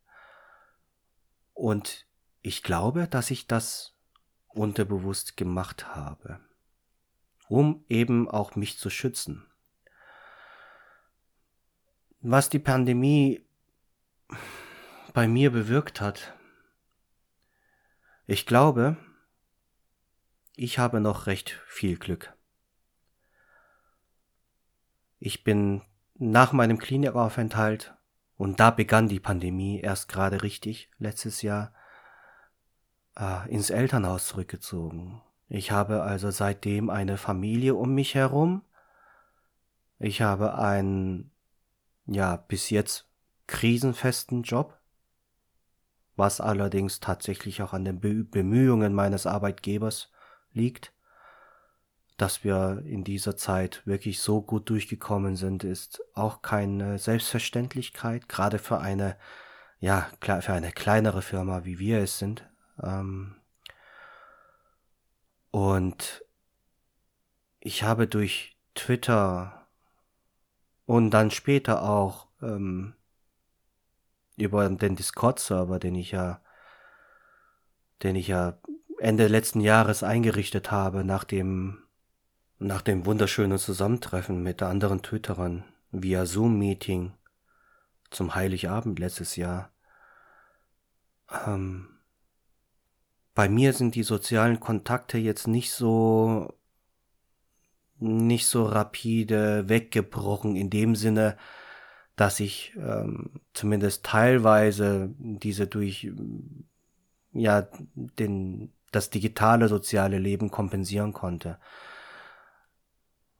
Und ich glaube, dass ich das unterbewusst gemacht habe, um eben auch mich zu schützen. Was die Pandemie bei mir bewirkt hat, ich glaube, ich habe noch recht viel Glück. Ich bin nach meinem Klinikaufenthalt, und da begann die Pandemie erst gerade richtig, letztes Jahr, äh, ins Elternhaus zurückgezogen. Ich habe also seitdem eine Familie um mich herum. Ich habe einen, ja, bis jetzt krisenfesten Job, was allerdings tatsächlich auch an den Be- Bemühungen meines Arbeitgebers liegt. Dass wir in dieser Zeit wirklich so gut durchgekommen sind, ist auch keine Selbstverständlichkeit, gerade für eine, ja, klar, für eine kleinere Firma, wie wir es sind. Ähm, und ich habe durch Twitter und dann später auch ähm, über den Discord-Server, den ich ja, den ich ja Ende letzten Jahres eingerichtet habe, nach dem, nach dem wunderschönen Zusammentreffen mit der anderen Twitterin via Zoom-Meeting zum Heiligabend letztes Jahr. Ähm, bei mir sind die sozialen Kontakte jetzt nicht so, nicht so rapide weggebrochen in dem Sinne, dass ich ähm, zumindest teilweise diese durch ja den das digitale soziale Leben kompensieren konnte.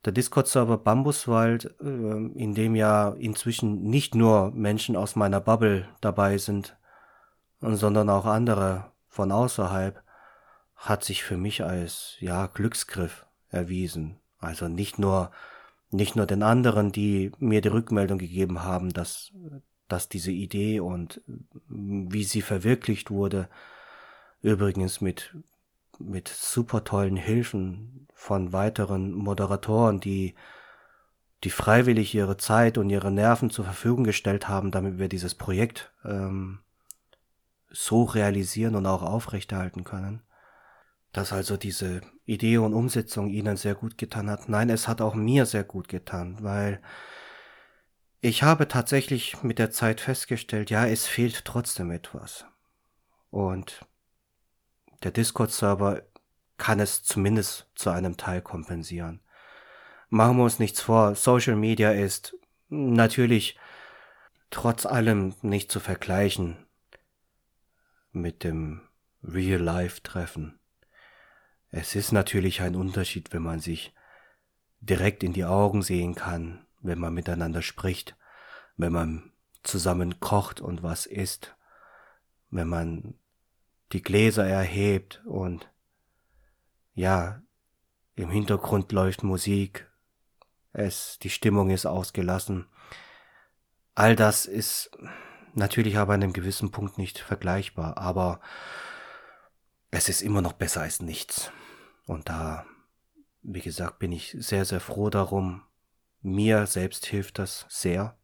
der Discord-Server Bambuswald, äh, in dem ja inzwischen nicht nur Menschen aus meiner Bubble dabei sind, sondern auch andere von außerhalb, hat sich für mich als, ja, Glücksgriff erwiesen. Also nicht nur, nicht nur den anderen, die mir die Rückmeldung gegeben haben, dass, dass diese Idee und wie sie verwirklicht wurde, übrigens mit, mit super tollen Hilfen von weiteren Moderatoren, die, die freiwillig ihre Zeit und ihre Nerven zur Verfügung gestellt haben, damit wir dieses Projekt ähm, so realisieren und auch aufrechterhalten können. Dass also diese Idee und Umsetzung ihnen sehr gut getan hat. Nein, es hat auch mir sehr gut getan, weil ich habe tatsächlich mit der Zeit festgestellt, ja, es fehlt trotzdem etwas. Und der Discord-Server kann es zumindest zu einem Teil kompensieren. Machen wir uns nichts vor, Social Media ist natürlich trotz allem nicht zu vergleichen mit dem Real-Life-Treffen. Es ist natürlich ein Unterschied, wenn man sich direkt in die Augen sehen kann, wenn man miteinander spricht, wenn man zusammen kocht und was isst, wenn man die Gläser erhebt und ja, im Hintergrund läuft Musik, es, die Stimmung ist ausgelassen. All das ist natürlich aber an einem gewissen Punkt nicht vergleichbar, aber es ist immer noch besser als nichts. Und da, wie gesagt, bin ich sehr, sehr froh darum. Mir selbst hilft das sehr.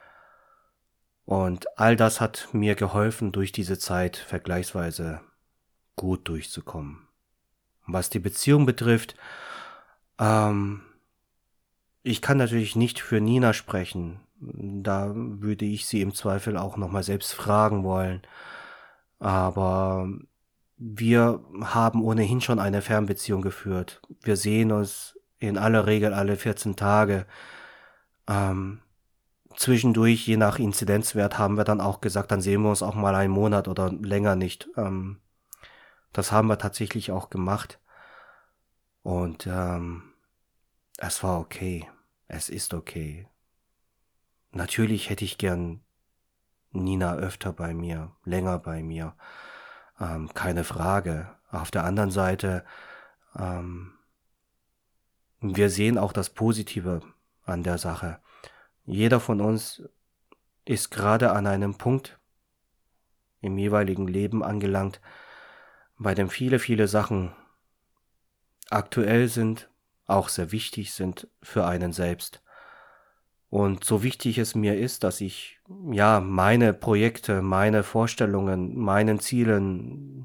Und all das hat mir geholfen, durch diese Zeit vergleichsweise gut durchzukommen. Was die Beziehung betrifft, ähm, ich kann natürlich nicht für Nina sprechen. Da würde ich sie im Zweifel auch nochmal selbst fragen wollen. Aber wir haben ohnehin schon eine Fernbeziehung geführt. Wir sehen uns in aller Regel alle vierzehn Tage. Ähm, zwischendurch, je nach Inzidenzwert, haben wir dann auch gesagt, dann sehen wir uns auch mal einen Monat oder länger nicht. Ähm, das haben wir tatsächlich auch gemacht. Und ähm, es war okay. Es ist okay. Natürlich hätte ich gern Nina öfter bei mir, länger bei mir. Ähm, keine Frage. Auf der anderen Seite, ähm, wir sehen auch das Positive an der Sache. Jeder von uns ist gerade an einem Punkt im jeweiligen Leben angelangt, bei dem viele, viele Sachen aktuell sind, auch sehr wichtig sind für einen selbst. Und so wichtig es mir ist, dass ich, ja, meine Projekte, meine Vorstellungen, meinen Zielen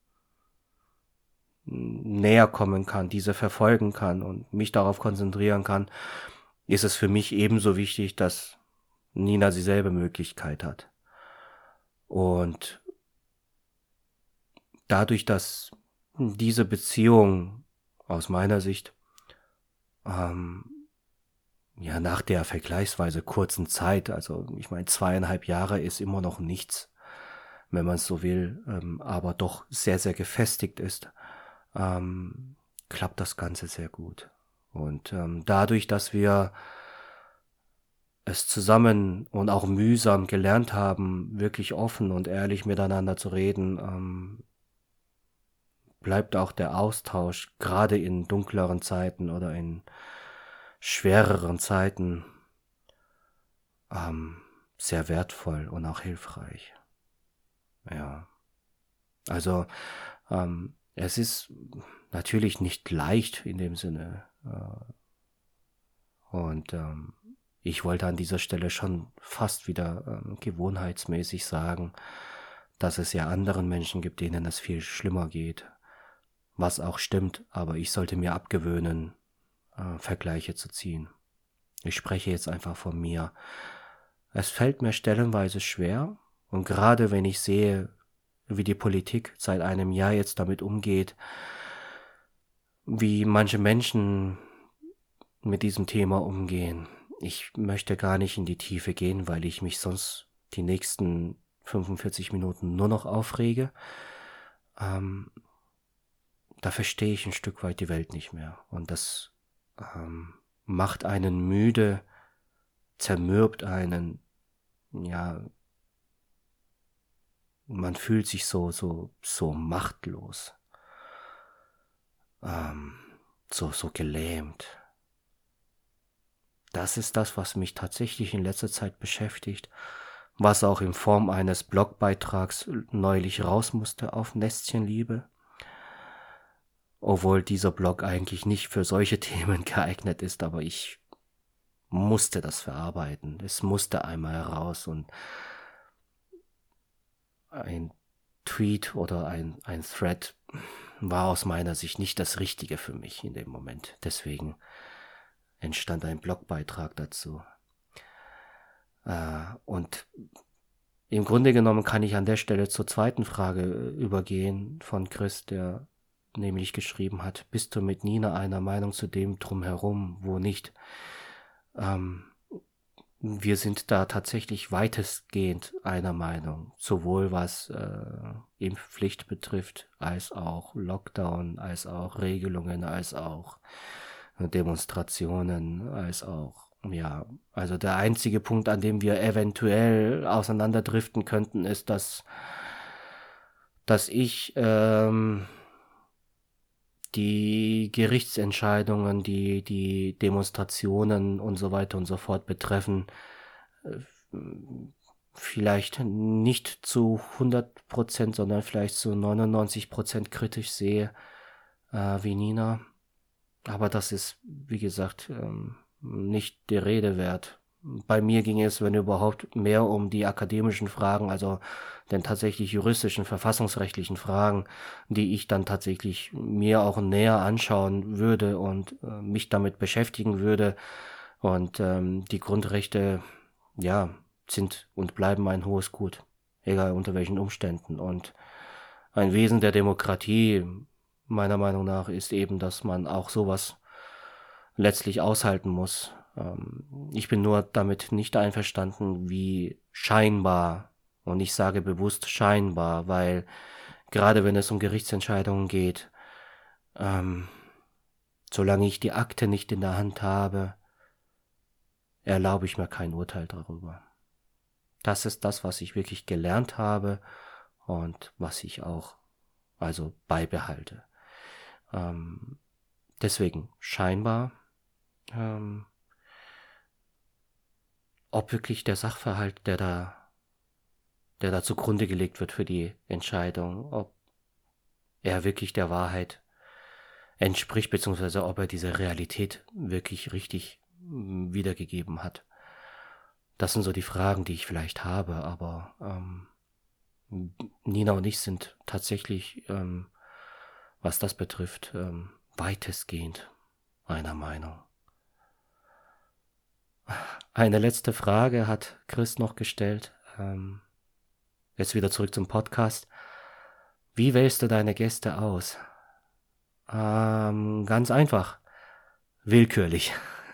näher kommen kann, diese verfolgen kann und mich darauf konzentrieren kann, ist es für mich ebenso wichtig, dass Nina dieselbe Möglichkeit hat. Und dadurch, dass diese Beziehung aus meiner Sicht ähm, ja nach der vergleichsweise kurzen Zeit, also ich meine zweieinhalb Jahre ist immer noch nichts, wenn man es so will, ähm, aber doch sehr, sehr gefestigt ist, ähm, klappt das Ganze sehr gut. Und ähm, dadurch, dass wir es zusammen und auch mühsam gelernt haben, wirklich offen und ehrlich miteinander zu reden, ähm, bleibt auch der Austausch, gerade in dunkleren Zeiten oder in schwereren Zeiten, ähm, sehr wertvoll und auch hilfreich. Ja, also ähm, es ist natürlich nicht leicht in dem Sinne. Äh, und ähm, ich wollte an dieser Stelle schon fast wieder ähm, gewohnheitsmäßig sagen, dass es ja anderen Menschen gibt, denen es viel schlimmer geht. Was auch stimmt, aber ich sollte mir abgewöhnen, äh, Vergleiche zu ziehen. Ich spreche jetzt einfach von mir. Es fällt mir stellenweise schwer, und gerade wenn ich sehe, wie die Politik seit einem Jahr jetzt damit umgeht, wie manche Menschen mit diesem Thema umgehen. Ich möchte gar nicht in die Tiefe gehen, weil ich mich sonst die nächsten fünfundvierzig Minuten nur noch aufrege. Ähm, da verstehe ich ein Stück weit die Welt nicht mehr. Und das ähm, macht einen müde, zermürbt einen, ja, man fühlt sich so, so, so machtlos, ähm, so, so gelähmt. Das ist das, was mich tatsächlich in letzter Zeit beschäftigt, was auch in Form eines Blogbeitrags neulich raus musste auf Nestchenliebe. Obwohl dieser Blog eigentlich nicht für solche Themen geeignet ist, aber ich musste das verarbeiten. Es musste einmal heraus und ein Tweet oder ein, ein Thread war aus meiner Sicht nicht das Richtige für mich in dem Moment. Deswegen entstand ein Blogbeitrag dazu. Äh, und im Grunde genommen kann ich an der Stelle zur zweiten Frage übergehen von Chris, der nämlich geschrieben hat, bist du mit Nina einer Meinung zu dem drumherum, wo nicht? Ähm, wir sind da tatsächlich weitestgehend einer Meinung, sowohl was äh, Impfpflicht betrifft, als auch Lockdown, als auch Regelungen, als auch Demonstrationen, als auch, ja, also der einzige Punkt, an dem wir eventuell auseinanderdriften könnten, ist, dass, dass ich ähm, die Gerichtsentscheidungen, die die Demonstrationen und so weiter und so fort betreffen, vielleicht nicht zu hundert Prozent, sondern vielleicht zu neunundneunzig Prozent kritisch sehe äh, wie Nina. Aber das ist, wie gesagt, ähm, nicht die Rede wert. Bei mir ging es, wenn überhaupt, mehr um die akademischen Fragen, also den tatsächlich juristischen, verfassungsrechtlichen Fragen, die ich dann tatsächlich mir auch näher anschauen würde und äh, mich damit beschäftigen würde. Und ähm, die Grundrechte, ja, sind und bleiben ein hohes Gut, egal unter welchen Umständen. Und ein Wesen der Demokratie, meiner Meinung nach, ist eben, dass man auch sowas letztlich aushalten muss. Ähm, ich bin nur damit nicht einverstanden, wie scheinbar, und ich sage bewusst scheinbar, weil gerade wenn es um Gerichtsentscheidungen geht, ähm, solange ich die Akte nicht in der Hand habe, erlaube ich mir kein Urteil darüber. Das ist das, was ich wirklich gelernt habe und was ich auch also beibehalte. Ähm, deswegen scheinbar, ähm, ob wirklich der Sachverhalt, der da, der da zugrunde gelegt wird für die Entscheidung, ob er wirklich der Wahrheit entspricht, beziehungsweise ob er diese Realität wirklich richtig mh, wiedergegeben hat. Das sind so die Fragen, die ich vielleicht habe, aber ähm, Nina und ich sind tatsächlich, ähm, was das betrifft, ähm, weitestgehend einer Meinung. Eine letzte Frage hat Chris noch gestellt. Ähm, jetzt wieder zurück zum Podcast. Wie wählst du deine Gäste aus? Ähm, ganz einfach. Willkürlich.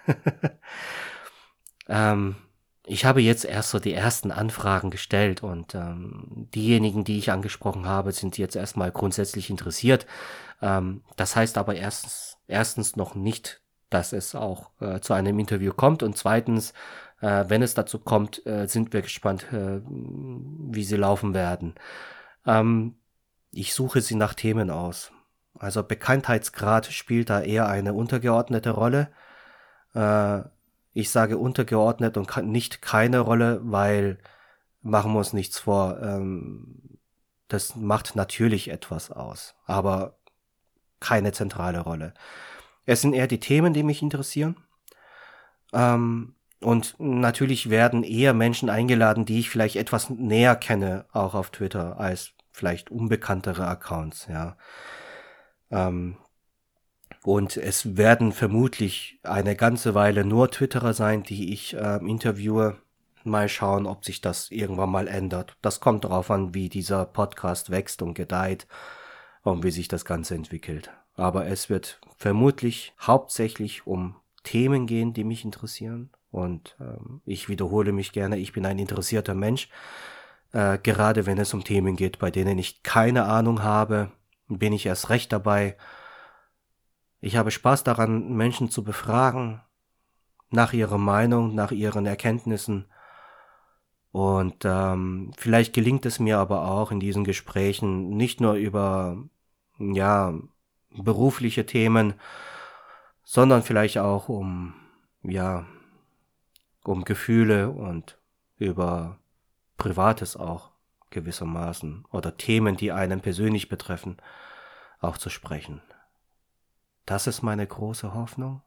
ähm, ich habe jetzt erst so die ersten Anfragen gestellt und ähm, diejenigen, die ich angesprochen habe, sind jetzt erstmal grundsätzlich interessiert. Ähm, das heißt aber erstens, erstens noch nicht, dass es auch äh, zu einem Interview kommt und zweitens, äh, wenn es dazu kommt, äh, sind wir gespannt, äh, wie sie laufen werden. Ähm, ich suche sie nach Themen aus. Also Bekanntheitsgrad spielt da eher eine untergeordnete Rolle. Äh, ich sage untergeordnet und nicht keine Rolle, weil, machen wir uns nichts vor, ähm, das macht natürlich etwas aus, aber keine zentrale Rolle. Es sind eher die Themen, die mich interessieren. Ähm, und natürlich werden eher Menschen eingeladen, die ich vielleicht etwas näher kenne, auch auf Twitter, als vielleicht unbekanntere Accounts, ja. Ähm, und es werden vermutlich eine ganze Weile nur Twitterer sein, die ich äh, interviewe. Mal schauen, ob sich das irgendwann mal ändert. Das kommt darauf an, wie dieser Podcast wächst und gedeiht und wie sich das Ganze entwickelt. Aber es wird vermutlich hauptsächlich um Themen gehen, die mich interessieren. Und ähm, ich wiederhole mich gerne, ich bin ein interessierter Mensch. Äh, gerade wenn es um Themen geht, bei denen ich keine Ahnung habe, bin ich erst recht dabei. Ich habe Spaß daran, Menschen zu befragen, nach ihrer Meinung, nach ihren Erkenntnissen. Und ähm, vielleicht gelingt es mir aber auch in diesen Gesprächen nicht nur über ja berufliche Themen, sondern vielleicht auch um ja um Gefühle und über Privates auch gewissermaßen oder Themen, die einen persönlich betreffen, auch zu sprechen. Das ist meine große Hoffnung.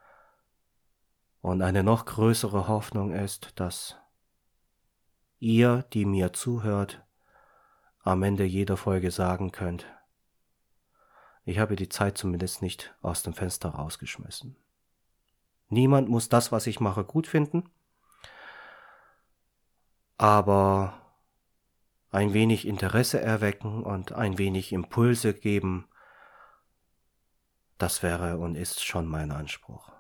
Und eine noch größere Hoffnung ist, dass ihr, die mir zuhört, am Ende jeder Folge sagen könnt, ich habe die Zeit zumindest nicht aus dem Fenster rausgeschmissen. Niemand muss das, was ich mache, gut finden, aber ein wenig Interesse erwecken und ein wenig Impulse geben, das wäre und ist schon mein Anspruch.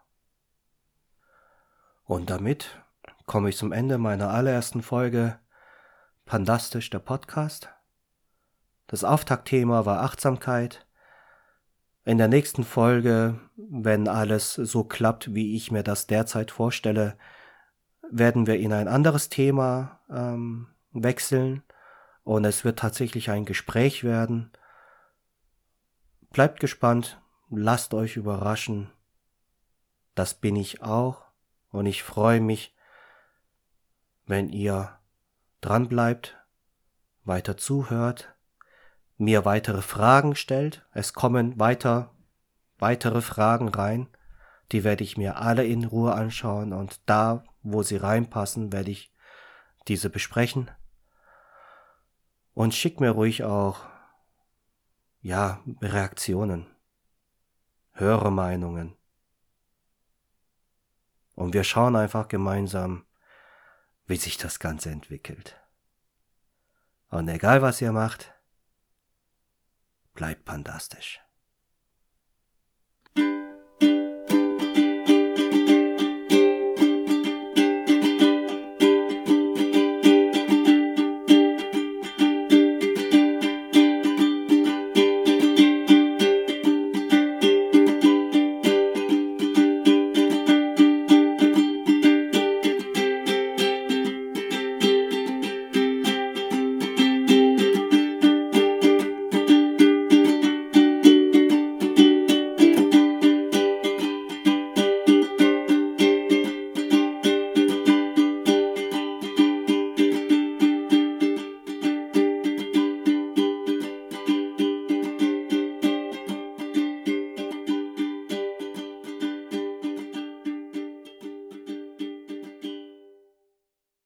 Und damit komme ich zum Ende meiner allerersten Folge Pandastisch, der Podcast. Das Auftaktthema war Achtsamkeit. In der nächsten Folge, wenn alles so klappt, wie ich mir das derzeit vorstelle, werden wir in ein anderes Thema ähm, wechseln und es wird tatsächlich ein Gespräch werden. Bleibt gespannt, lasst euch überraschen. Das bin ich auch und ich freue mich, wenn ihr dran bleibt, weiter zuhört, mir weitere Fragen stellt. Es kommen weiter weitere Fragen rein, die werde ich mir alle in Ruhe anschauen und da, wo sie reinpassen, werde ich diese besprechen. Und schickt mir ruhig auch, ja, Reaktionen, Hörermeinungen. Und wir schauen einfach gemeinsam, wie sich das Ganze entwickelt. Und egal was ihr macht, bleibt pandastisch.